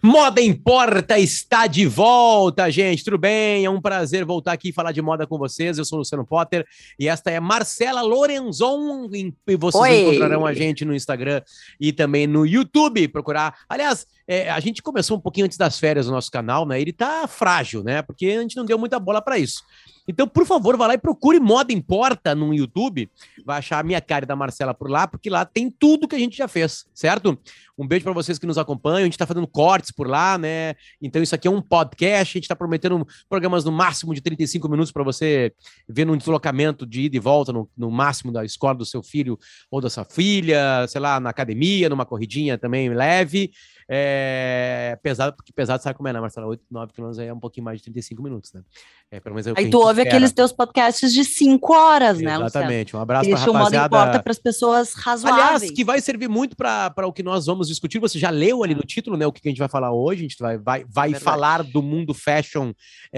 Moda Importa está de volta, gente. Tudo bem? É um prazer voltar aqui e falar de moda com vocês. Eu sou o Luciano Potter e esta é Marcela Lorenzon. E vocês encontrarão a gente no Instagram e também no YouTube. Procurar. Aliás, a gente começou um pouquinho antes das férias no nosso canal, né? Ele tá frágil, né? Porque a gente não deu muita bola para isso. Então, por favor, vá lá e procure Moda Importa no YouTube. Vai achar a minha cara e da Marcela por lá, porque lá tem tudo que a gente já fez, certo? Um beijo para vocês que nos acompanham. A gente tá fazendo cortes por lá, né? Então, isso aqui é um podcast. A gente tá prometendo programas no máximo de 35 minutos para você ver num deslocamento de ida e volta, no máximo da escola do seu filho ou da sua filha, sei lá, na academia, numa corridinha também leve. Pesado, porque pesado sabe como é, né, Marcela? 8, 9 quilômetros aí é um pouquinho mais de 35 minutos, né? Pelo menos é o que aí tu ouve aqueles teus podcasts de 5 horas, né, Luciano? Exatamente. Um abraço para a rapaziada. Moda Importa para as pessoas razoáveis. Aliás, que vai servir muito para o que nós vamos discutir. Você já leu ali no título, né, o que a gente vai falar hoje. A gente vai falar do mundo fashion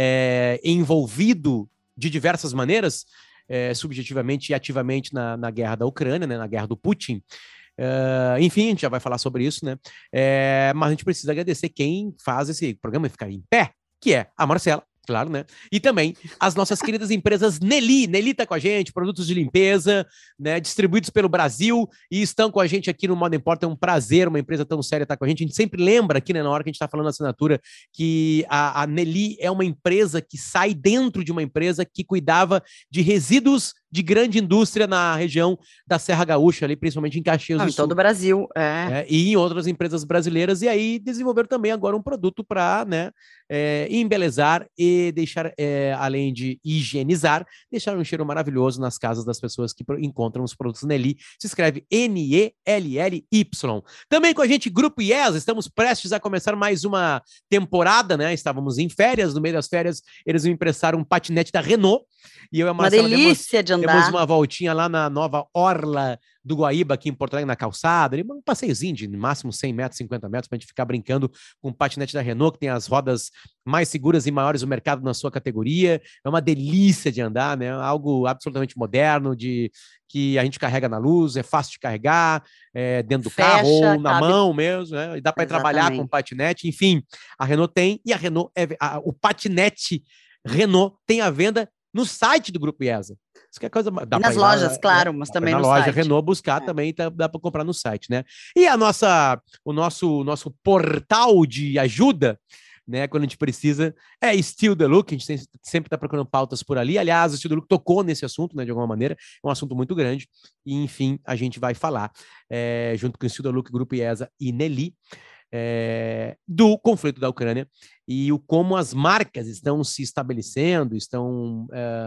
envolvido de diversas maneiras, subjetivamente e ativamente na guerra da Ucrânia, né, na guerra do Putin. Enfim, a gente já vai falar sobre isso, né? Mas a gente precisa agradecer quem faz esse programa ficar em pé, que é a Marcela, claro, né? E também as nossas queridas empresas Nelly. Nelly tá com a gente, produtos de limpeza, né? Distribuídos pelo Brasil e estão com a gente aqui no Moda Importa. É um prazer, uma empresa tão séria estar com a gente. A gente sempre lembra aqui, né, na hora que a gente tá falando da assinatura, que a Nelly é uma empresa que sai dentro de uma empresa que cuidava de resíduos de grande indústria na região da Serra Gaúcha, ali, principalmente em Caxias do Sul. Em todo o Brasil, e em outras empresas brasileiras, e aí desenvolveram também agora um produto para, né, embelezar e deixar, além de higienizar, deixar um cheiro maravilhoso nas casas das pessoas que encontram os produtos Nelly. Se escreve N-E-L-L-Y. Também com a gente, Grupo IES, estamos prestes a começar mais uma temporada, né? Estávamos em férias, no meio das férias, eles me emprestaram um patinete da Renault, e eu e a Marcela uma delícia de andar. Demos uma voltinha lá na nova Orla do Guaíba, aqui em Porto Alegre, na calçada, um passeiozinho de no máximo 100 metros, 50 metros, para a gente ficar brincando com o patinete da Renault, que tem as rodas mais seguras e maiores do mercado na sua categoria. É uma delícia de andar, né? Algo absolutamente moderno, que a gente carrega na luz, é fácil de carregar, dentro do carro ou na mão mesmo, né? E dá para trabalhar com o patinete. Enfim, a Renault tem, e a Renault o patinete Renault tem à venda no site do Grupo IESA. Isso que é coisa. Nas lojas, claro, mas também no site. Na loja Renault buscar também, dá para comprar no site, né? E o nosso portal de ajuda, né, quando a gente precisa, é Still the Look. A gente sempre está procurando pautas por ali. Aliás, o Still the Look tocou nesse assunto, né, de alguma maneira. É um assunto muito grande. E, enfim, a gente vai falar, junto com o Still the Look, Grupo IESA e Nelly, do conflito da Ucrânia e como as marcas estão se estabelecendo, estão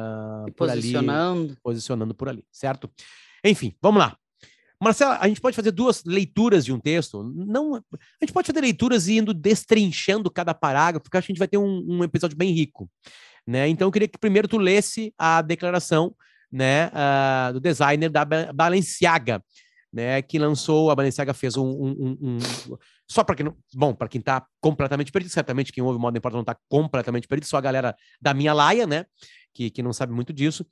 posicionando por ali, certo? Enfim, vamos lá. Marcela, a gente pode fazer 2 leituras de um texto? Não, a gente pode fazer leituras e indo destrinchando cada parágrafo, porque acho que a gente vai ter um episódio bem rico, né? Então eu queria que primeiro tu lesse a declaração, né, do designer da Balenciaga, né, que lançou, a Balenciaga fez só para quem não, bom, para quem tá completamente perdido, certamente quem ouve o Moda Importa não tá completamente perdido, só a galera da minha laia, né, que não sabe muito disso.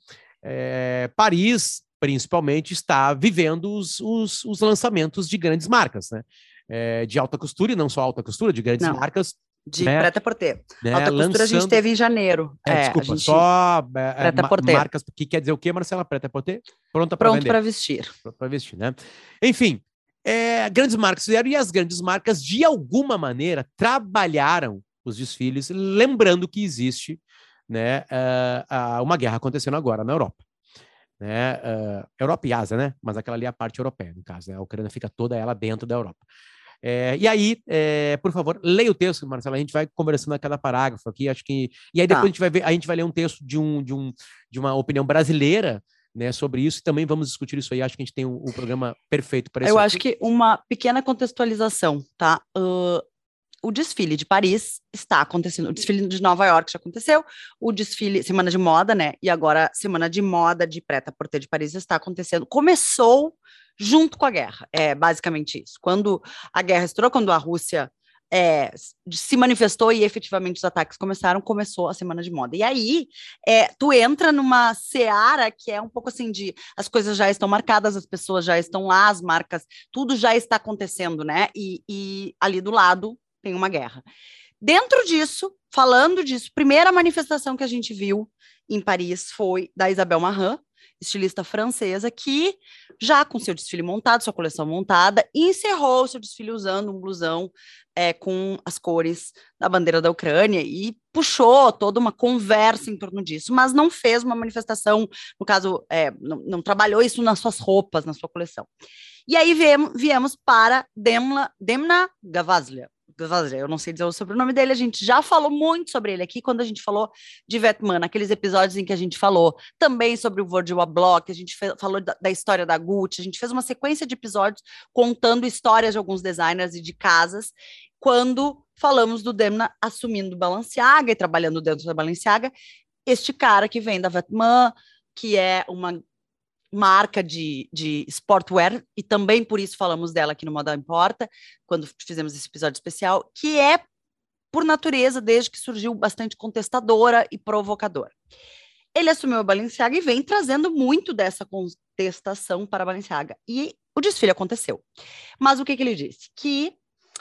Paris, principalmente, está vivendo os lançamentos de grandes marcas, né, de alta costura, e não só alta costura, de grandes marcas. De prêt-à-porter. Né? Alta costura a gente teve em janeiro. Desculpa, só marcas, que quer dizer o quê, Marcela? Prêt-à-porter? Pronto para vestir. Pronto para vestir, né? Enfim, grandes marcas fizeram, e as grandes marcas, de alguma maneira, trabalharam os desfiles, lembrando que existe, né, uma guerra acontecendo agora na Europa. Né? Europa e Ásia, né? Mas aquela ali é a parte europeia, no caso, né? A Ucrânia fica toda ela dentro da Europa. E aí, por favor, leia o texto, Marcela. A gente vai conversando a cada parágrafo aqui, acho que. E aí depois a gente vai ler um texto de uma opinião brasileira, né, sobre isso, e também vamos discutir isso aí. Acho que a gente tem o programa perfeito para isso. Eu acho que uma pequena contextualização, tá? O desfile de Paris está acontecendo, o desfile de Nova York já aconteceu, o desfile, semana de moda, né? E agora, semana de moda de prêt-à-porter de Paris está acontecendo. Começou junto com a guerra, é basicamente isso. Quando a guerra estourou, quando a Rússia se manifestou e efetivamente os ataques começou a semana de moda. E aí, tu entra numa seara que é um pouco assim de, as coisas já estão marcadas, as pessoas já estão lá, as marcas, tudo já está acontecendo, né? E ali do lado, tem uma guerra. Dentro disso, falando disso, primeira manifestação que a gente viu em Paris foi da Isabelle Marant, estilista francesa, que já com seu desfile montado, sua coleção montada, encerrou seu desfile usando um blusão com as cores da bandeira da Ucrânia e puxou toda uma conversa em torno disso, mas não fez uma manifestação, no caso, não trabalhou isso nas suas roupas, na sua coleção. E aí viemos para Demna Gvasalia. Eu não sei dizer o sobrenome dele, a gente já falou muito sobre ele aqui, quando a gente falou de Vetements, naqueles episódios em que a gente falou também sobre o Virgil Abloh, a gente falou da história da Gucci, a gente fez uma sequência de episódios contando histórias de alguns designers e de casas, quando falamos do Demna assumindo Balenciaga e trabalhando dentro da Balenciaga, este cara que vem da Vetements, que é uma marca de sportwear, e também por isso falamos dela aqui no Moda Importa, quando fizemos esse episódio especial, que é, por natureza, desde que surgiu, bastante contestadora e provocadora. Ele assumiu a Balenciaga e vem trazendo muito dessa contestação para a Balenciaga. E o desfile aconteceu. Mas o que ele disse? Que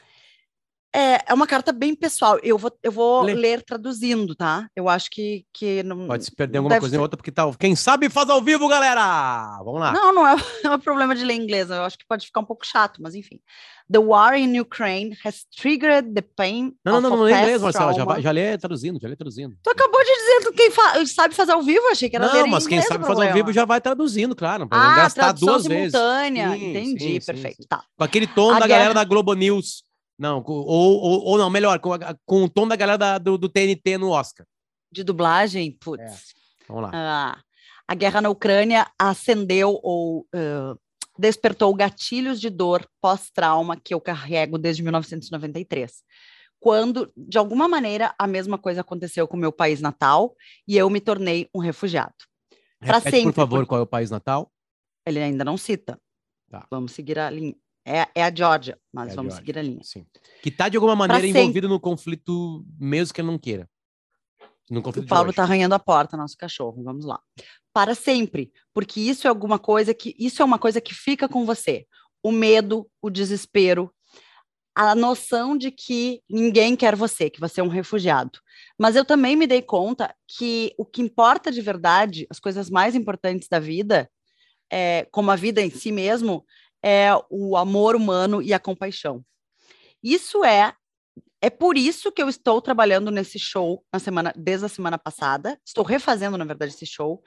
é uma carta bem pessoal. Eu vou ler traduzindo, tá? Eu acho que não... Pode se perder alguma coisa em outra, porque tá... Quem sabe faz ao vivo, galera! Vamos lá. Não é um problema de ler inglês. Eu acho que pode ficar um pouco chato, mas enfim. The war in Ukraine has triggered the pain Não é inglês, Marcela. Já lê traduzindo. Tu acabou de dizer que quem sabe fazer ao vivo, achei que era ler em inglês. Não, mas quem sabe fazer ao vivo já vai traduzindo, claro. Não gastar duas vezes. Simultânea. Entendi, perfeito. Sim. Tá. Com aquele tom da galera da Globo News. Não, ou não, melhor, com o tom da galera do TNT no Oscar. De dublagem? Putz. Vamos lá. A guerra na Ucrânia acendeu ou despertou gatilhos de dor pós-trauma que eu carrego desde 1993. Quando, de alguma maneira, a mesma coisa aconteceu com o meu país natal e eu me tornei um refugiado. Repete, sempre, por favor, qual é o país natal? Ele ainda não cita. Tá. Vamos seguir a linha. É a Geórgia, mas vamos seguir a linha. Sim. Que está, de alguma maneira, envolvido no conflito, mesmo que ele não queira. No conflito o Paulo está arranhando a porta, nosso cachorro. Vamos lá. Para sempre, porque isso é uma coisa que fica com você. O medo, o desespero, a noção de que ninguém quer você, que você é um refugiado. Mas eu também me dei conta que o que importa de verdade, as coisas mais importantes da vida, como a vida em si mesmo, é o amor humano e a compaixão. Isso é por isso que eu estou trabalhando nesse show desde a semana passada. Estou refazendo, na verdade, esse show.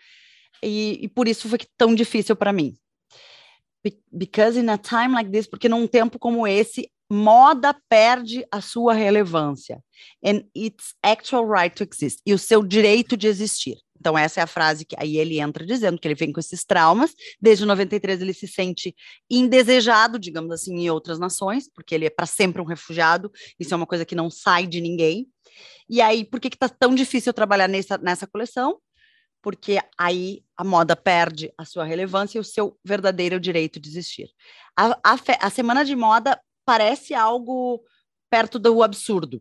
E por isso foi tão difícil para mim. Because in a time like this, porque num tempo como esse, moda perde a sua relevância. And its actual right to exist. E o seu direito de existir. Então, essa é a frase que aí ele entra dizendo que ele vem com esses traumas. Desde 93 ele se sente indesejado, digamos assim, em outras nações, porque ele é para sempre um refugiado. Isso é uma coisa que não sai de ninguém. E aí, por que está tão difícil trabalhar nessa coleção? Porque aí a moda perde a sua relevância e o seu verdadeiro direito de existir. A semana de moda parece algo perto do absurdo.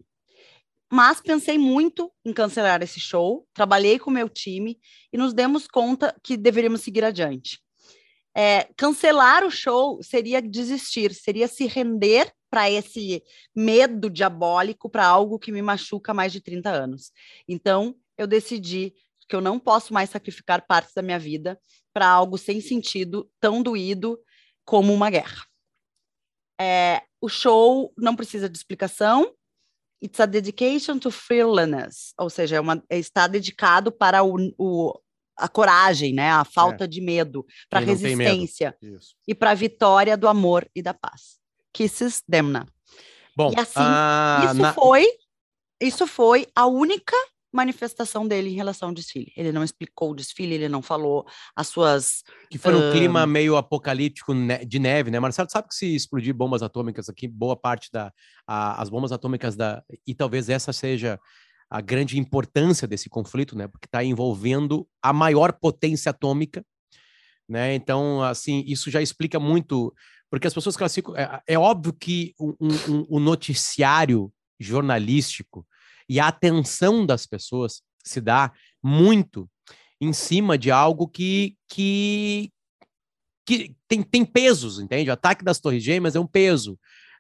Mas pensei muito em cancelar esse show, trabalhei com o meu time e nos demos conta que deveríamos seguir adiante. Cancelar o show seria desistir, seria se render para esse medo diabólico, para algo que me machuca há mais de 30 anos. Então, eu decidi que eu não posso mais sacrificar partes da minha vida para algo sem sentido, tão doído como uma guerra. O show não precisa de explicação. It's a dedication to fearlessness, ou seja, está dedicado para a coragem, né? A falta de medo, para a resistência e para a vitória do amor e da paz. Kisses Demna. Bom, e assim, isso foi a única manifestação dele em relação ao desfile. Ele não explicou o desfile, ele não falou as suas... Que foi um clima meio apocalíptico de neve, né? Marcelo, sabe que se explodir bombas atômicas aqui, boa parte as bombas atômicas e talvez essa seja a grande importância desse conflito, né? Porque está envolvendo a maior potência atômica, né? Então, assim, isso já explica muito, porque as pessoas classificam... É óbvio que o noticiário jornalístico e a atenção das pessoas se dá muito em cima de algo que tem pesos, entende? O ataque das Torres Gêmeas é um peso.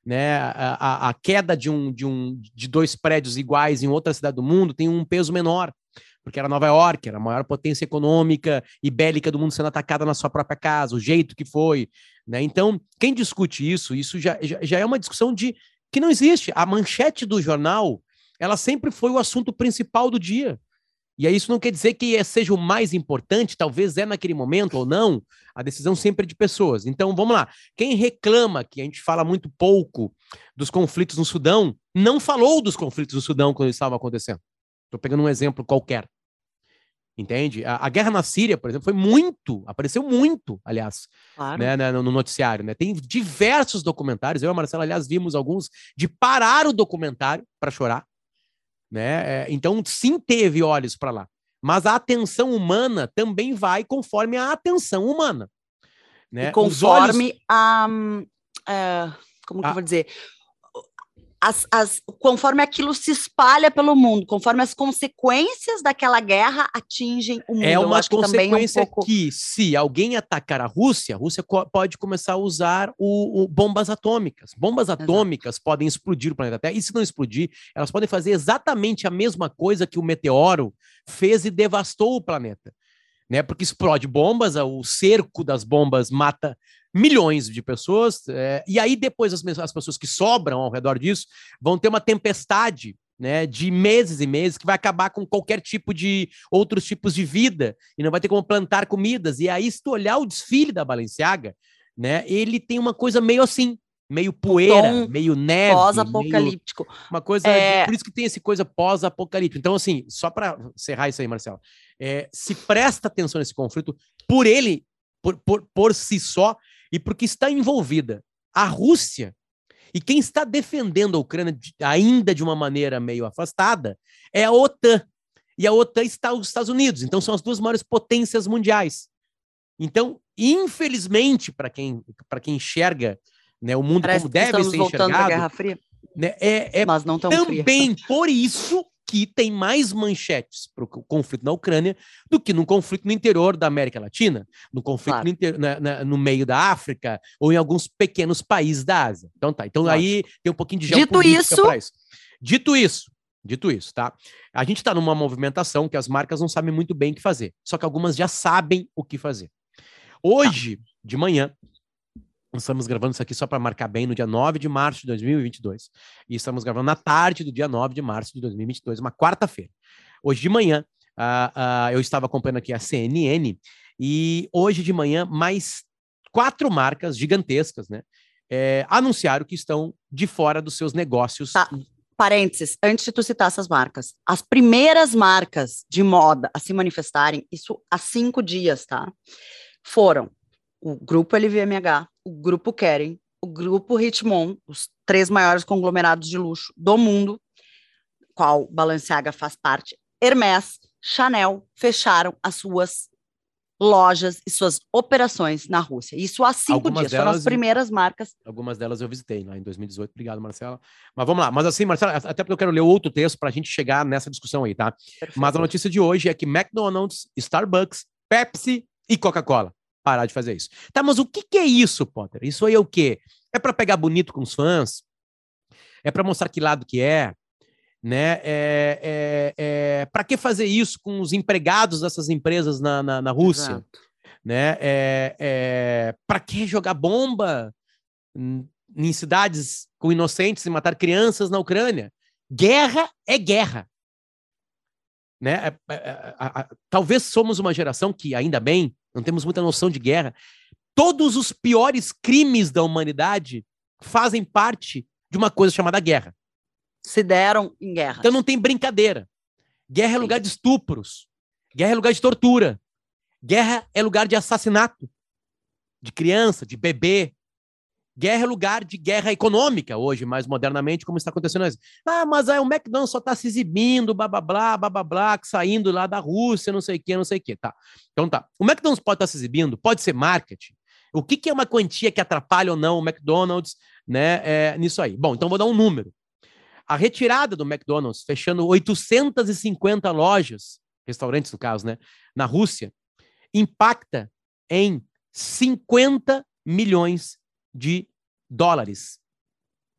né? A queda de dois prédios iguais em outra cidade do mundo tem um peso menor, porque era Nova York, era a maior potência econômica e bélica do mundo sendo atacada na sua própria casa, o jeito que foi, né? Então, quem discute isso já é uma discussão de que não existe. A manchete do jornal, ela sempre foi o assunto principal do dia. E aí isso não quer dizer que seja o mais importante, talvez naquele momento ou não, a decisão sempre é de pessoas. Então, vamos lá. Quem reclama que a gente fala muito pouco dos conflitos no Sudão, não falou dos conflitos no Sudão quando eles estavam acontecendo. Estou pegando um exemplo qualquer. Entende? A guerra na Síria, por exemplo, apareceu muito, aliás, claro, né, no noticiário. Né? Tem diversos documentários, eu e a Marcela, aliás, vimos alguns, de parar o documentário para chorar. Né? Então, sim, teve olhos para lá. Mas a atenção humana também vai conforme a atenção humana. Né? E conforme como que eu vou dizer? Conforme aquilo se espalha pelo mundo, conforme as consequências daquela guerra atingem o mundo. É uma consequência que, se alguém atacar a Rússia pode começar a usar bombas atômicas. Bombas atômicas podem explodir o planeta Terra, e se não explodir, elas podem fazer exatamente a mesma coisa que o meteoro fez e devastou o planeta. Né? Porque explode bombas, o cerco das bombas mata milhões de pessoas, e aí depois as pessoas que sobram ao redor disso vão ter uma tempestade, né, de meses e meses, que vai acabar com qualquer tipo de outros tipos de vida, e não vai ter como plantar comidas. E aí, se tu olhar o desfile da Balenciaga, né, ele tem uma coisa meio assim, meio poeira, meio neve, pós-apocalíptico. Uma coisa, por isso que tem esse coisa pós-apocalíptico. Então, assim, só para encerrar isso aí, Marcelo, se presta atenção nesse conflito por ele, por si só, e porque está envolvida a Rússia, e quem está defendendo a Ucrânia ainda de uma maneira meio afastada é a OTAN. E a OTAN está os Estados Unidos. Então, são as duas maiores potências mundiais. Então, infelizmente, para quem enxerga, né, o mundo como deve ser enxergado, Guerra Fria. Né, mas não tão também fria. Por isso que tem mais manchetes para o conflito na Ucrânia do que no conflito no interior da América Latina, no conflito no meio da África ou em alguns pequenos países da Ásia. Então tá. Então aí tem um pouquinho de geopolítica para isso. Dito isso, tá? A gente está numa movimentação que as marcas não sabem muito bem o que fazer, só que algumas já sabem o que fazer. Hoje, de manhã, nós estamos gravando isso aqui só para marcar bem no dia 9 de março de 2022. E estamos gravando na tarde do dia 9 de março de 2022, uma quarta-feira. Hoje de manhã, eu estava acompanhando aqui a CNN, e hoje de manhã, mais 4 marcas gigantescas, né, anunciaram que estão de fora dos seus negócios. Tá. Parênteses, antes de tu citar essas marcas, as primeiras marcas de moda a se manifestarem, isso há 5 dias, tá? Foram o Grupo LVMH, o Grupo Kering, o Grupo Richemont, os 3 maiores conglomerados de luxo do mundo, qual Balenciaga faz parte, Hermès, Chanel, fecharam as suas lojas e suas operações na Rússia. Isso há 5 dias, foram as primeiras marcas. Algumas delas eu visitei lá em 2018. Obrigado, Marcela. Mas vamos lá. Mas assim, Marcela, até porque eu quero ler outro texto para a gente chegar nessa discussão aí, tá? Perfeito. Mas a notícia de hoje é que McDonald's, Starbucks, Pepsi e Coca-Cola parar de fazer isso. Tá, mas o que é isso, Potter? Isso aí é o quê? É para pegar bonito com os fãs? É para mostrar que lado que é? Né? Para que fazer isso com os empregados dessas empresas na Rússia? Exato. Né? Para que jogar bomba em cidades com inocentes e matar crianças na Ucrânia? Guerra é guerra. Né? Talvez somos uma geração que, ainda bem, não temos muita noção de guerra. Todos os piores crimes da humanidade fazem parte de uma coisa chamada guerra. Se deram em guerra. Então não tem brincadeira. Guerra é lugar de estupros. Guerra é lugar de tortura. Guerra é lugar de assassinato. De criança, de bebê. Guerra é lugar de guerra econômica hoje, mais modernamente, como está acontecendo. Mas o McDonald's só está se exibindo, blá, saindo lá da Rússia, não sei o que. Tá. Então tá. O McDonald's pode estar se exibindo, pode ser marketing. O que é uma quantia que atrapalha ou não o McDonald's, né, nisso aí? Bom, então vou dar um número. A retirada do McDonald's, fechando 850 lojas, restaurantes no caso, né, na Rússia, impacta em 50 milhões de dólares.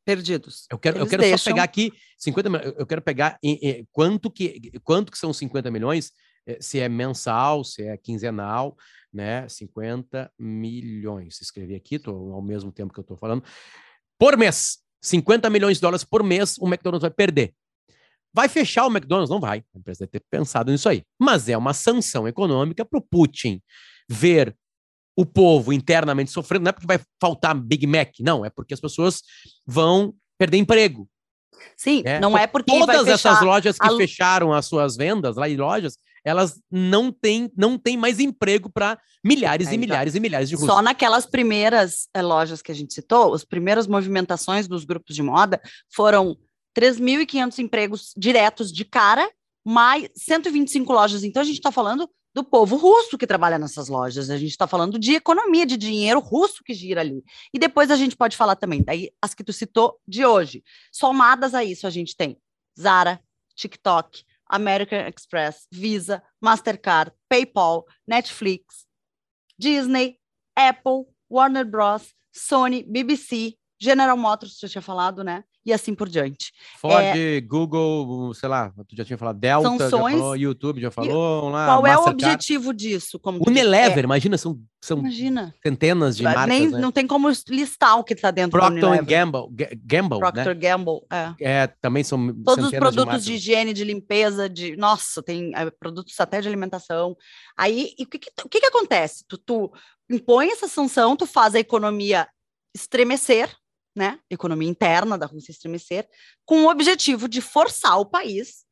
perdidos. Eu quero só pegar aqui 50 milhões. Eu quero pegar quanto que são 50 milhões, se é mensal, se é quinzenal, né? 50 milhões. Escrevi aqui, tô ao mesmo tempo que eu estou falando. Por mês, 50 milhões de dólares por mês, o McDonald's vai perder. Vai fechar o McDonald's? Não vai. A empresa deve ter pensado nisso aí. Mas é uma sanção econômica para o Putin ver o povo internamente sofrendo. Não é porque vai faltar Big Mac, não. É porque as pessoas vão perder emprego. Sim, não é porque todas essas lojas que fecharam as suas vendas lá em lojas, elas não têm mais emprego para milhares e milhares e milhares de russos. Só naquelas primeiras lojas que a gente citou, as primeiras movimentações dos grupos de moda foram 3.500 empregos diretos de cara, mais 125 lojas. Então, a gente está falando do povo russo que trabalha nessas lojas. A gente está falando de economia, de dinheiro russo que gira ali. E depois a gente pode falar também, daí as que tu citou de hoje. Somadas a isso, a gente tem Zara, TikTok, American Express, Visa, Mastercard, PayPal, Netflix, Disney, Apple, Warner Bros., Sony, BBC, General Motors, já tinha falado, né? E assim por diante. Ford, Google, sei lá, tu já tinha falado, Delta, sanções, já falou, YouTube, já falou, lá, qual Mastercard. É o objetivo disso? Como Unilever, imagina, são centenas de marcas, né? Não tem como listar o que está dentro Procter da Unilever. Gamble, Procter né? Gamble, também são todos os produtos de higiene, de limpeza, nossa, tem produtos até de alimentação. Aí, e o que acontece? Tu impõe essa sanção, tu faz a economia estremecer, né? Economia interna da Rússia estremecer, com o objetivo de forçar o país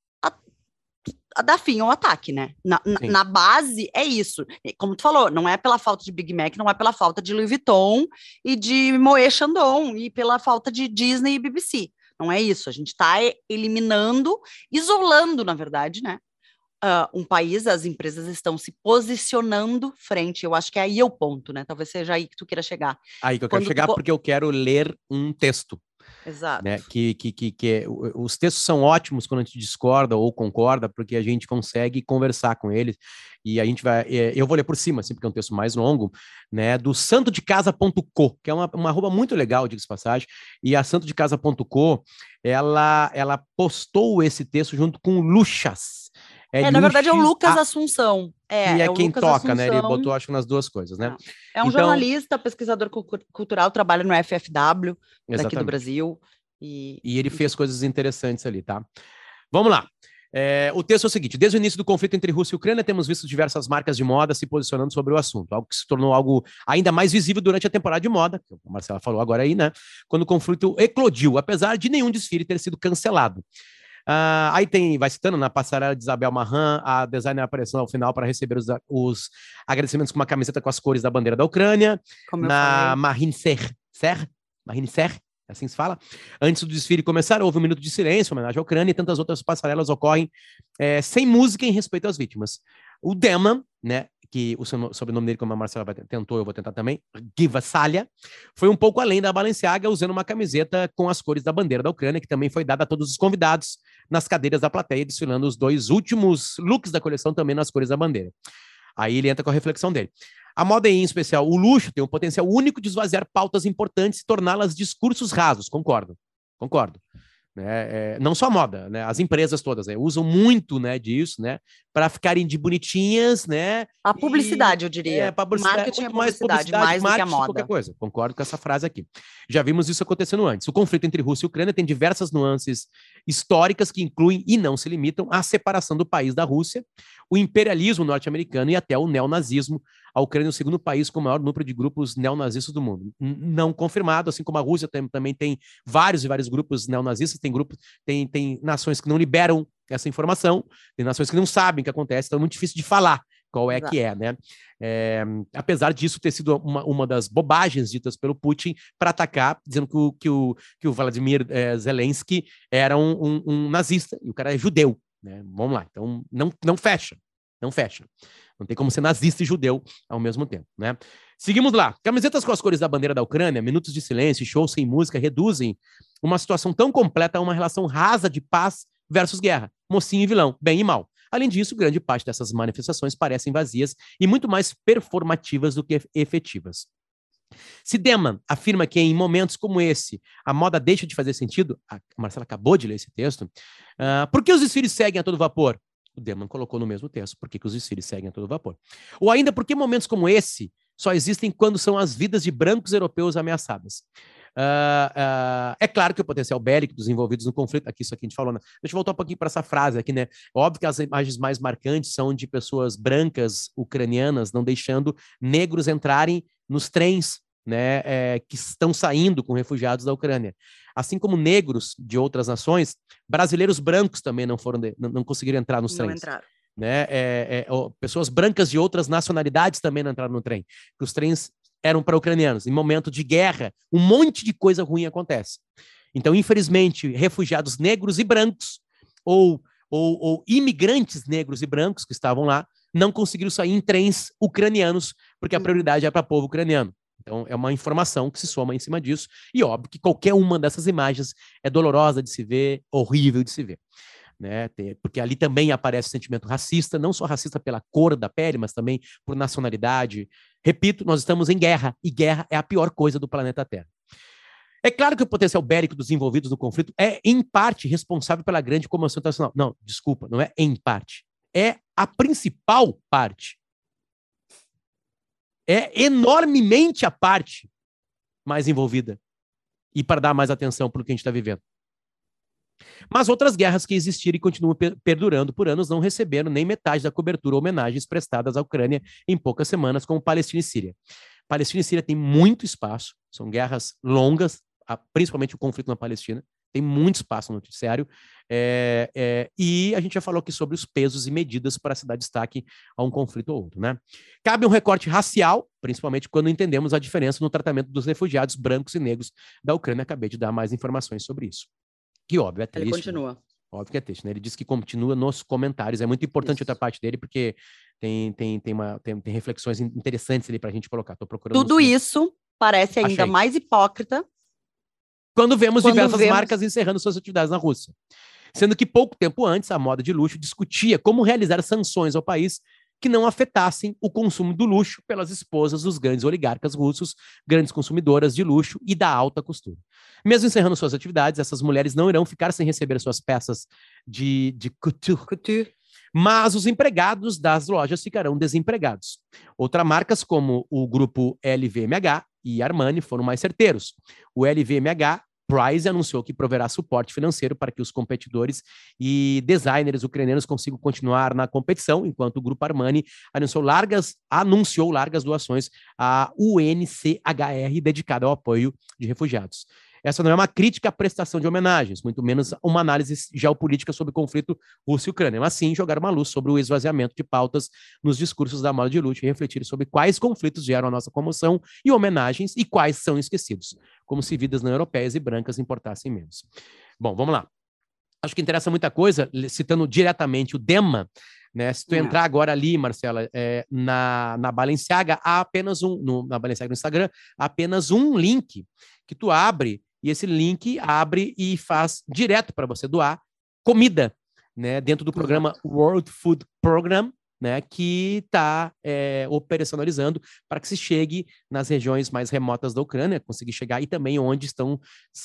a dar fim ao ataque, né? Na base é isso. Como tu falou, não é pela falta de Big Mac, não é pela falta de Louis Vuitton e de Moët Chandon e pela falta de Disney e BBC. Não é isso. A gente está eliminando, isolando, na verdade, né? Um país, as empresas estão se posicionando frente. Eu acho que aí é o ponto, né? Talvez seja aí que tu queira chegar. Aí que eu quero chegar, porque eu quero ler um texto. Exato. Né? Os textos são ótimos quando a gente discorda ou concorda, porque a gente consegue conversar com eles. E a gente vai. Eu vou ler por cima, assim, porque é um texto mais longo, né? Do santodecasa.co, que é uma arroba muito legal, diga-se passagem. E a santodecasa.co, ela postou esse texto junto com o Luchas. Na verdade é o Lucas Assunção. Que é quem Lucas toca, Assunção. né? Ele botou, acho que nas duas coisas, né? É um jornalista, pesquisador cultural, trabalha no FFW, exatamente, daqui do Brasil. E ele fez coisas interessantes ali, tá? Vamos lá. O texto é o seguinte: desde o início do conflito entre Rússia e Ucrânia, temos visto diversas marcas de moda se posicionando sobre o assunto, algo que se tornou algo ainda mais visível durante a temporada de moda, que a Marcela falou agora aí, né? Quando o conflito eclodiu, apesar de nenhum desfile ter sido cancelado. Aí vai citando na passarela de Isabel Marran, a designer apareceu ao final para receber os agradecimentos com uma camiseta com as cores da bandeira da Ucrânia. Como na Marine Serre, assim se fala. Antes do desfile começar, houve um minuto de silêncio, homenagem à Ucrânia, e tantas outras passarelas ocorrem sem música em respeito às vítimas. O Demon, né, que o sobrenome dele, como a Marcela tentou, eu vou tentar também, Givassalya, foi um pouco além da Balenciaga, usando uma camiseta com as cores da bandeira da Ucrânia, que também foi dada a todos os convidados nas cadeiras da plateia, desfilando os 2 últimos looks da coleção também nas cores da bandeira. Aí ele entra com a reflexão dele. A moda, em especial o luxo, tem um potencial único de esvaziar pautas importantes e torná-las discursos rasos. Concordo. Não só a moda, né? As empresas todas usam muito, né, disso, né, para ficarem de bonitinhas, né? A publicidade, eu diria. Marketing é publicidade, mais do que a moda. Qualquer coisa. Concordo com essa frase aqui. Já vimos isso acontecendo antes. O conflito entre Rússia e Ucrânia tem diversas nuances históricas que incluem e não se limitam à separação do país da Rússia, o imperialismo norte-americano e até o neonazismo. A Ucrânia é o segundo país com o maior número de grupos neonazistas do mundo. Não confirmado, assim como a Rússia também tem vários e vários grupos neonazistas, tem nações que não liberam essa informação, tem nações que não sabem o que acontece, então é muito difícil de falar qual é que é, né? Apesar disso ter sido uma das bobagens ditas pelo Putin para atacar, dizendo que o Vladimir Zelensky era um nazista, e o cara é judeu, né? Vamos lá, então não fecha. Não tem como ser nazista e judeu ao mesmo tempo, né? Seguimos lá. Camisetas com as cores da bandeira da Ucrânia, minutos de silêncio, shows sem música reduzem uma situação tão completa a uma relação rasa de paz versus guerra, mocinho e vilão, bem e mal. Além disso, grande parte dessas manifestações parecem vazias e muito mais performativas do que efetivas. Se Deman afirma que em momentos como esse a moda deixa de fazer sentido, a Marcela acabou de ler esse texto, por que os desfiles seguem a todo vapor? O Deman colocou no mesmo texto, por que os desfiles seguem a todo vapor? Ou ainda, por que momentos como esse só existem quando são as vidas de brancos europeus ameaçadas? É claro que o potencial bélico dos envolvidos no conflito, aqui isso aqui a gente falou, né? Deixa eu voltar um pouquinho para essa frase aqui, né? Óbvio que as imagens mais marcantes são de pessoas brancas ucranianas não deixando negros entrarem nos trens, né, que estão saindo com refugiados da Ucrânia. Assim como negros de outras nações, brasileiros brancos também não conseguiram entrar nos trens. Não entraram. Né? Pessoas brancas de outras nacionalidades também não entraram no trem, porque os trens eram para ucranianos. Em momento de guerra, um monte de coisa ruim acontece. Então, infelizmente, refugiados negros e brancos, ou imigrantes negros e brancos que estavam lá, não conseguiram sair em trens ucranianos, porque a prioridade é para o povo ucraniano. Então, é uma informação que se soma em cima disso, e óbvio que qualquer uma dessas imagens é dolorosa de se ver, horrível de se ver. Né? Porque ali também aparece o sentimento racista, não só racista pela cor da pele, mas também por nacionalidade. Repito, nós estamos em guerra, e guerra é a pior coisa do planeta Terra. É claro que o potencial bélico dos envolvidos no conflito é, em parte, responsável pela grande comoção internacional. Não, desculpa, não é em parte. É a principal parte. É enormemente a parte mais envolvida e para dar mais atenção para o que a gente está vivendo. Mas outras guerras que existiram e continuam perdurando por anos não receberam nem metade da cobertura ou homenagens prestadas à Ucrânia em poucas semanas, como Palestina e Síria. Palestina e Síria têm muito espaço, são guerras longas, principalmente o conflito na Palestina, tem muito espaço no noticiário, e a gente já falou aqui sobre os pesos e medidas para se dar destaque a um conflito ou outro, né? Cabe um recorte racial, principalmente quando entendemos a diferença no tratamento dos refugiados brancos e negros da Ucrânia. Acabei de dar mais informações sobre isso. Que óbvio, é triste. Ele continua. Né? Óbvio que é triste, né? Ele diz que continua nos comentários. É muito importante outra parte dele, porque tem reflexões interessantes ali para a gente colocar. Tô procurando. Tudo isso parece ainda mais hipócrita quando vemos diversas marcas encerrando suas atividades na Rússia. Sendo que pouco tempo antes, a moda de luxo discutia como realizar sanções ao país que não afetassem o consumo do luxo pelas esposas dos grandes oligarcas russos, grandes consumidoras de luxo e da alta costura. Mesmo encerrando suas atividades, essas mulheres não irão ficar sem receber suas peças de couture. Mas os empregados das lojas ficarão desempregados. Outras marcas, como o grupo LVMH e Armani, foram mais certeiros. O LVMH Price anunciou que proverá suporte financeiro para que os competidores e designers ucranianos consigam continuar na competição, enquanto o grupo Armani anunciou largas doações à UNHCR dedicada ao apoio de refugiados. Essa não é uma crítica à prestação de homenagens, muito menos uma análise geopolítica sobre o conflito Rússia e Ucrânia, mas sim jogar uma luz sobre o esvaziamento de pautas nos discursos da moda de luxo e refletir sobre quais conflitos geram a nossa comoção e homenagens e quais são esquecidos, como se vidas não europeias e brancas importassem menos. Bom, vamos lá. Acho que interessa muita coisa, citando diretamente o Dema, né? Se tu entrar agora ali, Marcela, na Balenciaga, há apenas na Balenciaga no Instagram, há apenas um link que tu abre, e esse link abre e faz direto para você doar comida, né, dentro do programa World Food Program, né, que está operacionalizando para que se chegue nas regiões mais remotas da Ucrânia, conseguir chegar, e também onde estão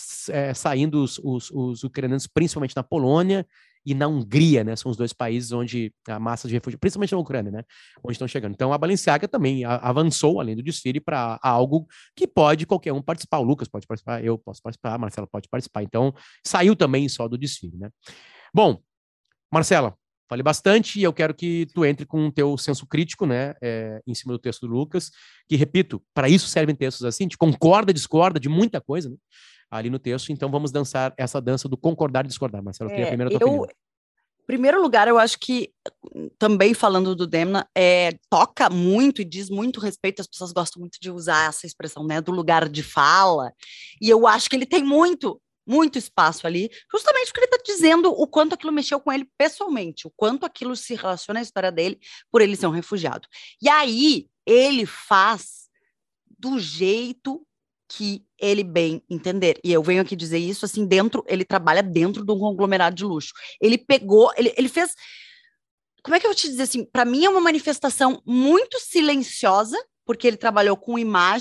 saindo os ucranianos, principalmente na Polônia e na Hungria, né? São os dois países onde a massa de refugiados, principalmente na Ucrânia, né? Onde estão chegando. Então, a Balenciaga também avançou, além do desfile, para algo que pode qualquer um participar. O Lucas pode participar, eu posso participar, a Marcela pode participar. Então, saiu também só do desfile, né? Bom, Marcela, falei bastante e eu quero que tu entre com o teu senso crítico, né? Em cima do texto do Lucas, que, repito, para isso servem textos assim, te concorda, discorda de muita coisa, né? Ali no texto, então vamos dançar essa dança do concordar e discordar. Marcelo, eu queria a primeira tua opinião. Em primeiro lugar, eu acho que, também falando do Demna, toca muito e diz muito respeito, as pessoas gostam muito de usar essa expressão, né, do lugar de fala, e eu acho que ele tem muito espaço ali, justamente porque ele está dizendo o quanto aquilo mexeu com ele pessoalmente, o quanto aquilo se relaciona à história dele, por ele ser um refugiado. E aí, ele faz do jeito que ele bem entender. E eu venho aqui dizer isso, assim, ele trabalha dentro de um conglomerado de luxo. Ele pegou, ele fez, como é que eu vou te dizer assim, para mim é uma manifestação muito silenciosa, porque ele trabalhou com imagem,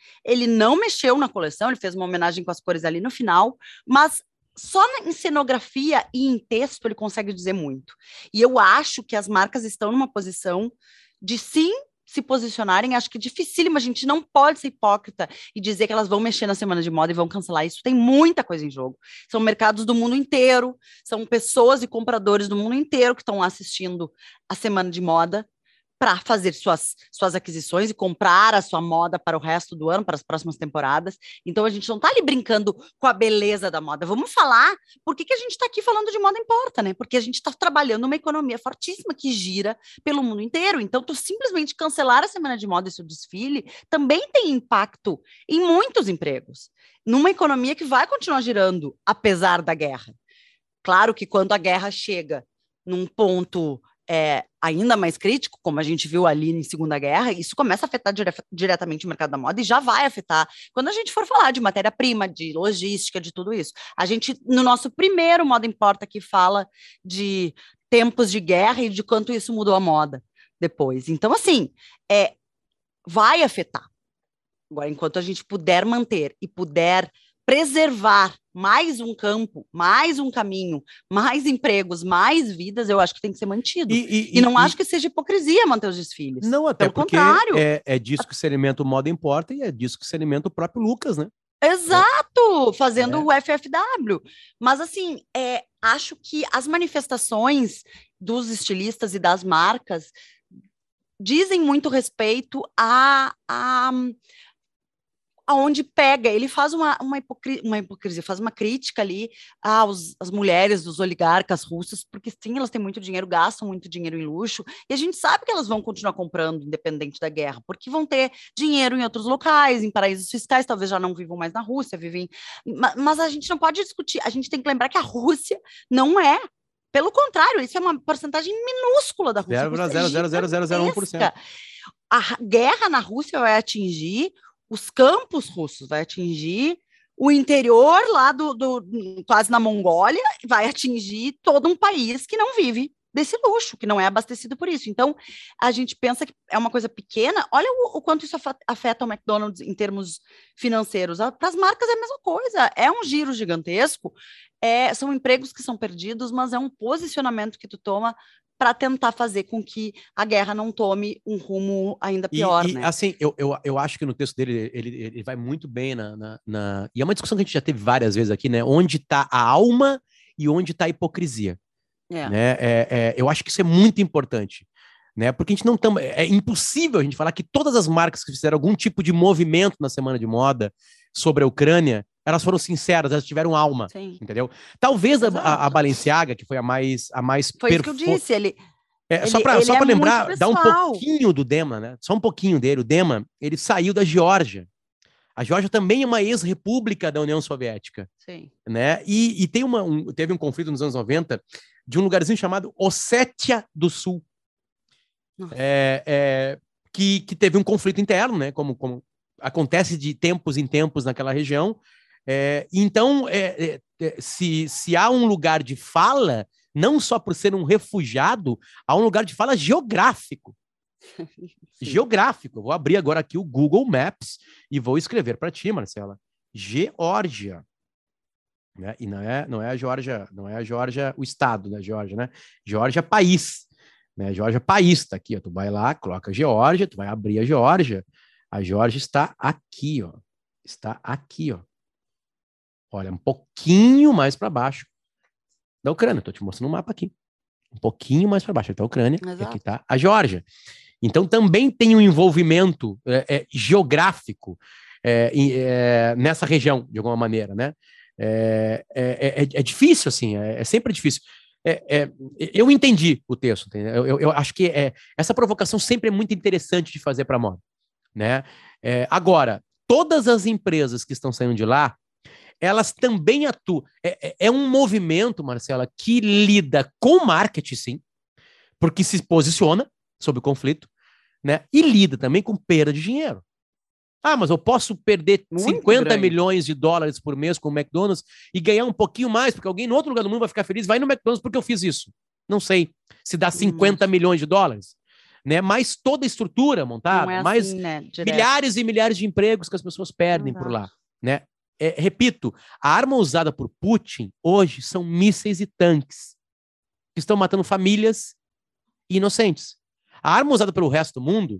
Ele não mexeu na coleção, ele fez uma homenagem com as cores ali no final, mas só em cenografia e em texto ele consegue dizer muito. E eu acho que as marcas estão numa posição de sim se posicionarem. Acho que é dificílimo, a gente não pode ser hipócrita e dizer que elas vão mexer na semana de moda e vão cancelar isso. Tem muita coisa em jogo. São mercados do mundo inteiro, são pessoas e compradores do mundo inteiro que estão assistindo a semana de moda para fazer suas aquisições e comprar a sua moda para o resto do ano, para as próximas temporadas. Então, a gente não está ali brincando com a beleza da moda. Vamos falar por que a gente está aqui falando de moda importa, né? Porque a gente está trabalhando uma economia fortíssima que gira pelo mundo inteiro. Então, tu simplesmente cancelar a semana de moda e seu desfile também tem impacto em muitos empregos, numa economia que vai continuar girando, apesar da guerra. Claro que quando a guerra chega num ponto ainda mais crítico, como a gente viu ali em Segunda Guerra, isso começa a afetar diretamente o mercado da moda e já vai afetar quando a gente for falar de matéria-prima, de logística, de tudo isso. A gente, no nosso primeiro Moda Importa, que fala de tempos de guerra e de quanto isso mudou a moda depois. Então, assim, vai afetar. Agora, enquanto a gente puder manter e puder preservar mais um campo, mais um caminho, mais empregos, mais vidas, eu acho que tem que ser mantido. E não acho que seja hipocrisia manter os desfiles. Não, até pelo porque contrário. É disso que se alimenta o Moda Importa e é disso que se alimenta o próprio Lucas, né? Exato, fazendo o FFW. Mas, assim, acho que as manifestações dos estilistas e das marcas dizem muito respeito aonde pega, ele faz uma hipocrisia, faz uma crítica ali às mulheres dos oligarcas russos, porque sim, elas têm muito dinheiro, gastam muito dinheiro em luxo, e a gente sabe que elas vão continuar comprando, independente da guerra, porque vão ter dinheiro em outros locais, em paraísos fiscais, talvez já não vivam mais na Rússia, mas a gente não pode discutir, a gente tem que lembrar que a Rússia não é. Pelo contrário, isso é uma porcentagem minúscula da Rússia. 0,00001%. A guerra na Rússia vai atingir os campos russos, vai atingir o interior lá quase na Mongólia, vai atingir todo um país que não vive desse luxo, que não é abastecido por isso. Então, a gente pensa que é uma coisa pequena, olha o quanto isso afeta o McDonald's em termos financeiros. Para as marcas é a mesma coisa, é um giro gigantesco, são empregos que são perdidos, mas é um posicionamento que tu toma para tentar fazer com que a guerra não tome um rumo ainda pior, né? Assim, eu acho que no texto dele, ele vai muito bem E é uma discussão que a gente já teve várias vezes aqui, né? Onde está a alma e onde está a hipocrisia. Né? Eu acho que isso é muito importante, né? Porque a gente não é impossível a gente falar que todas as marcas que fizeram algum tipo de movimento na Semana de Moda sobre a Ucrânia, elas foram sinceras, elas tiveram alma. Sim. Entendeu? Talvez a Balenciaga, que foi a mais foi isso que eu disse, só para lembrar, dar um pouquinho do Dema, né? Só um pouquinho dele. O Dema, ele saiu da Geórgia. A Geórgia também é uma ex-república da União Soviética. Sim. Né? E teve um conflito nos anos 90 de um lugarzinho chamado Ossétia do Sul. Que teve um conflito interno, né? Como acontece de tempos em tempos naquela região. Então, se há um lugar de fala, não só por ser um refugiado, há um lugar de fala geográfico. Geográfico. Eu vou abrir agora aqui o Google Maps e vou escrever para ti, Marcela. Geórgia. Né? E não é a Geórgia, o estado da Geórgia, né? Geórgia país. Né? Geórgia país, tá aqui, ó. Tu vai lá, coloca Geórgia, tu vai abrir a Geórgia. A Geórgia está aqui, ó. Está aqui, ó. Olha, um pouquinho mais para baixo da Ucrânia. Estou te mostrando um mapa aqui. Um pouquinho mais para baixo está a Ucrânia. Exato. E aqui está a Geórgia. Então, também tem um envolvimento geográfico nessa região, de alguma maneira, né? É difícil, assim, é sempre difícil. Eu entendi o texto, entendeu? Eu acho que essa provocação sempre é muito interessante de fazer para a moda, né? Agora, todas as empresas que estão saindo de lá, elas também atuam. É um movimento, Marcela, que lida com marketing, sim, porque se posiciona sobre o conflito, né? E lida também com perda de dinheiro. Mas eu posso perder muito 50 grande. Milhões de dólares por mês com o McDonald's e ganhar um pouquinho mais, porque alguém no outro lugar do mundo vai ficar feliz, vai no McDonald's porque eu fiz isso. Não sei se dá 50 milhões de dólares. né? Mais toda a estrutura montada, Não é mais assim, né? Direto. milhares e milhares de empregos que as pessoas perdem por lá, né? Repito, a arma usada por Putin hoje são mísseis e tanques que estão matando famílias inocentes. A arma usada pelo resto do mundo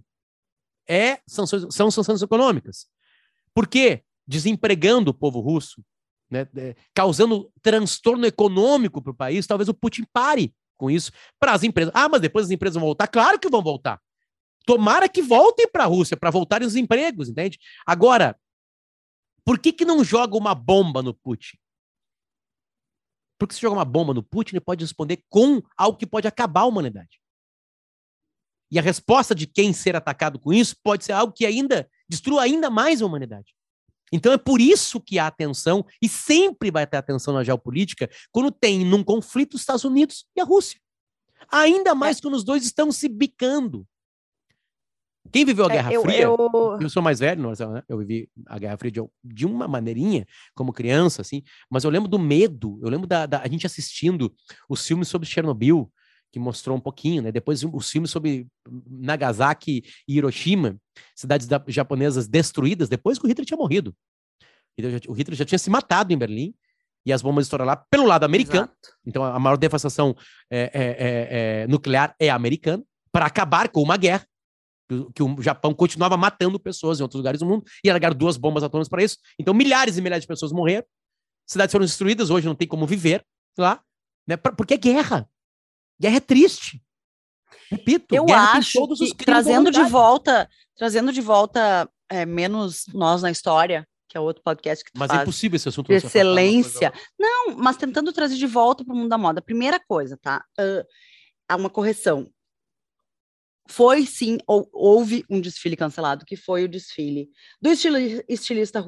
são sanções econômicas. Por quê? Desempregando o povo russo, né? Causando transtorno econômico para o país. Talvez o Putin pare com isso para as empresas. Mas depois as empresas vão voltar? Claro que vão voltar. Tomara que voltem para a Rússia, para voltarem os empregos, entende? Agora, por que não joga uma bomba no Putin? Porque se joga uma bomba no Putin, ele pode responder com algo que pode acabar a humanidade. E a resposta de quem ser atacado com isso pode ser algo que ainda destrua ainda mais a humanidade. Então é por isso que há atenção, e sempre vai ter atenção na geopolítica, quando tem num conflito os Estados Unidos e a Rússia. Ainda mais quando os dois estão se bicando. Quem viveu a Guerra Fria, eu sou mais velho, né? Eu vivi a Guerra Fria de uma maneirinha, como criança, assim, mas eu lembro do medo, eu lembro a gente assistindo os filmes sobre Chernobyl, que mostrou um pouquinho, né? Depois os filmes sobre Nagasaki e Hiroshima, cidades japonesas destruídas, depois que o Hitler tinha morrido. O Hitler já tinha se matado em Berlim, e as bombas estouraram lá pelo lado americano. Exato. Então a maior devastação nuclear é americana, para acabar com uma guerra, que o Japão continuava matando pessoas em outros lugares do mundo, e largaram 2 bombas atômicas para isso. Então milhares e milhares de pessoas morreram, cidades foram destruídas, hoje não tem como viver lá, né? Porque é guerra. Guerra é triste. Repito, eu guerra acho tem todos os crimes trazendo de volta menos nós na história, que é outro podcast que tu mas faz, é impossível esse assunto. De excelência. Não, mas tentando trazer de volta para o mundo da moda. Primeira coisa, tá? Há uma correção. Foi sim, houve um desfile cancelado, que foi o desfile do estilista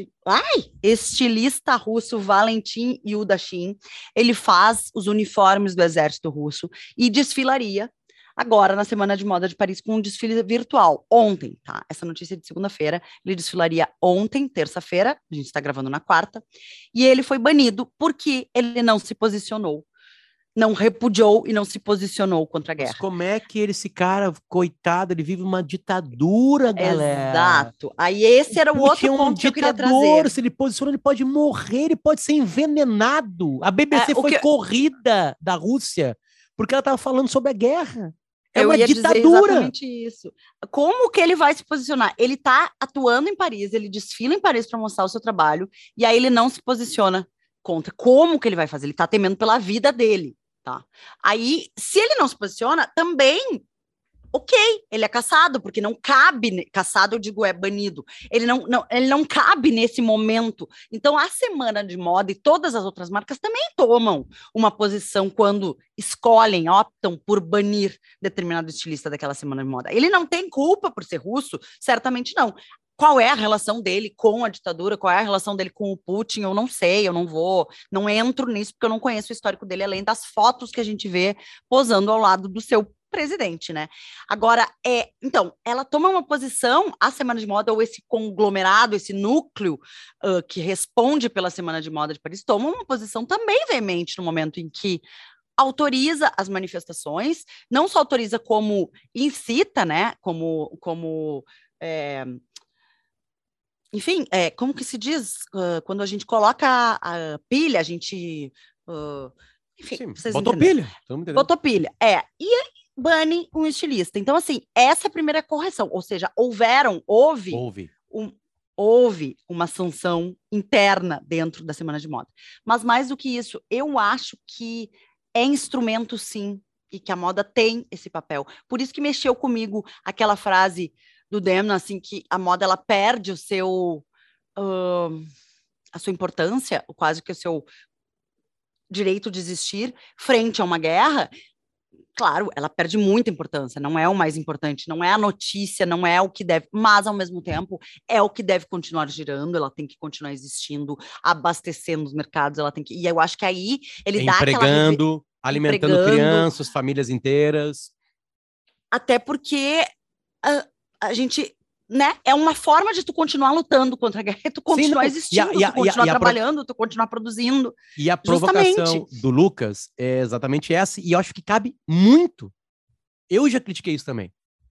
russo Valentin Yudashin. Ele faz os uniformes do exército russo e desfilaria agora na Semana de Moda de Paris com um desfile virtual. Ontem, tá? Essa notícia é de segunda-feira. Ele desfilaria ontem, terça-feira, a gente está gravando na quarta, e ele foi banido porque ele não se posicionou. Não repudiou e não se posicionou contra a guerra. Mas como é que esse cara, coitado, ele vive uma ditadura, galera? Exato. Aí esse era o outro ponto que eu queria trazer. Se ele posiciona, ele pode morrer, ele pode ser envenenado. A BBC foi corrida da Rússia porque ela estava falando sobre a guerra. É uma ditadura. Dizer exatamente isso. Como que ele vai se posicionar? Ele está atuando em Paris, ele desfila em Paris para mostrar o seu trabalho, e aí ele não se posiciona contra. Como que ele vai fazer? Ele está temendo pela vida dele. Tá. Aí, se ele não se posiciona, também, ok, ele é caçado, porque não cabe, caçado eu digo é banido, ele não cabe nesse momento. Então, a Semana de Moda e todas as outras marcas também tomam uma posição quando optam por banir determinado estilista daquela Semana de Moda. Ele não tem culpa por ser russo, certamente não. Qual é a relação dele com a ditadura, qual é a relação dele com o Putin, eu não sei, eu não entro nisso, porque eu não conheço o histórico dele, além das fotos que a gente vê posando ao lado do seu presidente, né? Agora, então, ela toma uma posição, a Semana de Moda, ou esse conglomerado, esse núcleo que responde pela Semana de Moda de Paris, toma uma posição também veemente no momento em que autoriza as manifestações, não só autoriza como incita, né, enfim, como que se diz? Quando a gente coloca a pilha, a gente... enfim, sim, vocês botou entenderam. pilha. Botou pilha, e bane um estilista. Então, assim, essa é a primeira correção. Ou seja, houve uma sanção interna dentro da Semana de Moda. Mas, mais do que isso, eu acho que é instrumento, sim, e que a moda tem esse papel. Por isso que mexeu comigo aquela frase do Demna, assim, que a moda ela perde a sua importância, quase que o seu direito de existir frente a uma guerra. Claro, ela perde muita importância, não é o mais importante, não é a notícia, não é o que deve, mas ao mesmo tempo é o que deve continuar girando, ela tem que continuar existindo, abastecendo os mercados, ela tem que, e eu acho que aí ele dá aquela alimentando crianças, famílias inteiras. Até porque a gente, né, é uma forma de tu continuar lutando contra a guerra, tu continuar existindo, tu continuar trabalhando, tu continuar produzindo. E a provocação do Lucas é exatamente essa, e eu acho que cabe muito. Eu já critiquei isso também.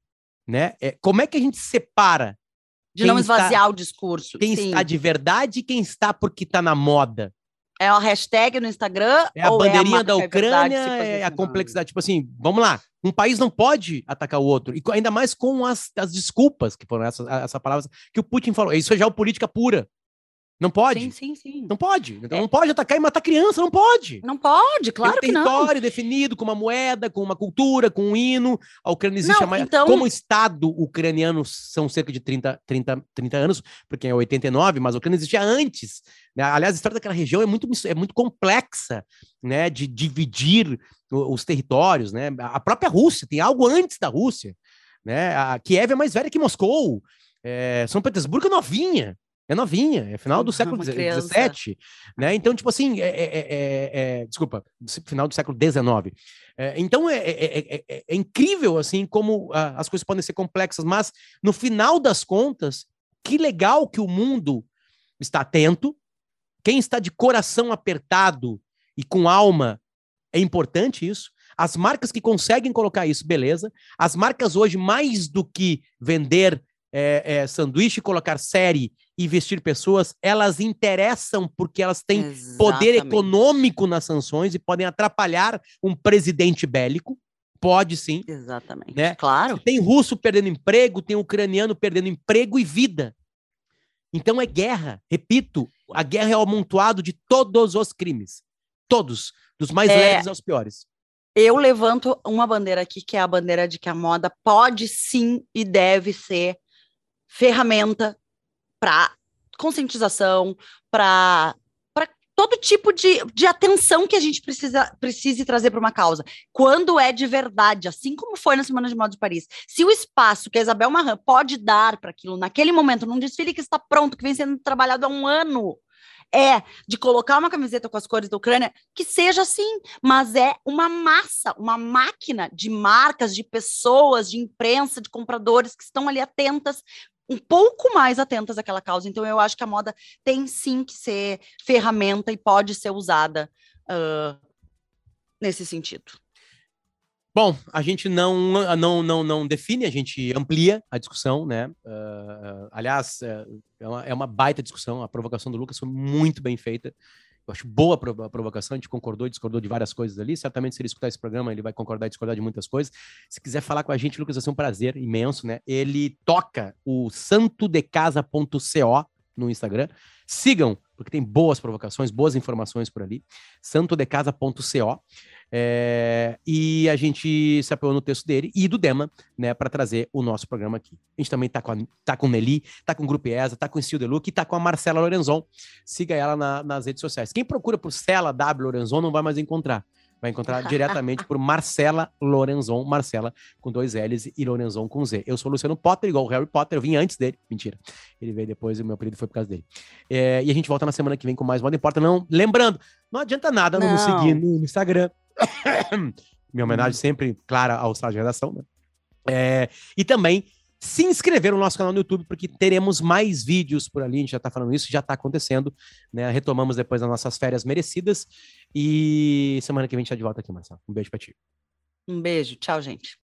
né? Como é que a gente separa de não esvaziar o discurso? Quem está de verdade e quem está porque está na moda? É a hashtag no Instagram? É a bandeirinha da Ucrânia, é a complexidade. Tipo assim, vamos lá. Um país não pode atacar o outro. E ainda mais com as desculpas, que foram essa palavra que o Putin falou. Isso já é política pura. Não pode. Sim. Não pode. Então, não pode atacar e matar criança, não pode. Não pode, claro que não. Tem um território definido, com uma moeda, com uma cultura, com um hino. A Ucrânia existe então... Como Estado ucraniano são cerca de 30 anos, porque é 89, mas a Ucrânia existia antes. Né? Aliás, a história daquela região é muito complexa, né? De dividir os territórios. Né? A própria Rússia tem algo antes da Rússia. Né? A Kiev é mais velha que Moscou. São Petersburgo é novinha. É novinha, é final do século XVII, né? Então, tipo assim, desculpa, final do século XIX. Então, é incrível, assim, como as coisas podem ser complexas, mas, no final das contas, que legal que o mundo está atento, quem está de coração apertado e com alma, é importante isso. As marcas que conseguem colocar isso, beleza. As marcas hoje, mais do que vender sanduíche, colocar série e vestir pessoas, elas interessam porque elas têm poder econômico nas sanções e podem atrapalhar um presidente bélico. Pode sim. Exatamente. Né? Claro. Tem russo perdendo emprego, tem ucraniano perdendo emprego e vida. Então é guerra. Repito, a guerra é o amontoado de todos os crimes. Todos. Dos mais leves aos piores. Eu levanto uma bandeira aqui, que é a bandeira de que a moda pode sim e deve ser ferramenta para conscientização, para todo tipo de atenção que a gente precise trazer para uma causa. Quando é de verdade, assim como foi na Semana de Moda de Paris. Se o espaço que a Isabel Marant pode dar para aquilo naquele momento, num desfile que está pronto, que vem sendo trabalhado há um ano, de colocar uma camiseta com as cores da Ucrânia, que seja assim, mas é uma massa, uma máquina de marcas, de pessoas, de imprensa, de compradores que estão ali atentas, um pouco mais atentas àquela causa. Então, eu acho que a moda tem sim que ser ferramenta e pode ser usada nesse sentido. Bom, a gente não define, a gente amplia a discussão, né? Aliás, é uma baita discussão. A provocação do Lucas foi muito bem feita. Eu acho boa a provocação, a gente concordou e discordou de várias coisas ali. Certamente, se ele escutar esse programa, ele vai concordar e discordar de muitas coisas. Se quiser falar com a gente, Lucas, vai ser um prazer imenso, né? Ele toca o santodecasa.co no Instagram. Sigam, porque tem boas provocações, boas informações por ali. santodecasa.co. E a gente se apoiou no texto dele e do Dema, né, para trazer o nosso programa aqui. A gente também tá com o Nelly, tá com o Grupo ESA, tá com o Stil Deluc e tá com a Marcela Lorenzon. Siga ela nas redes sociais. Quem procura por Cela W Lorenzon não vai mais encontrar. Vai encontrar diretamente por Marcela Lorenzon, Marcela com 2 L's e Lorenzon com Z. Eu sou o Luciano Potter, igual o Harry Potter, eu vim antes dele. Mentira. Ele veio depois e o meu apelido foi por causa dele. E a gente volta na semana que vem com mais Moda Importa. Não, lembrando, não adianta nada não nos seguir no Instagram. Minha homenagem sempre clara ao estágio de redação, né? E também se inscrever no nosso canal no YouTube, porque teremos mais vídeos por ali, a gente já tá falando isso, já tá acontecendo, né? Retomamos depois das nossas férias merecidas e semana que vem a gente tá de volta aqui, Marcelo. Um beijo pra ti. Um beijo, tchau, gente.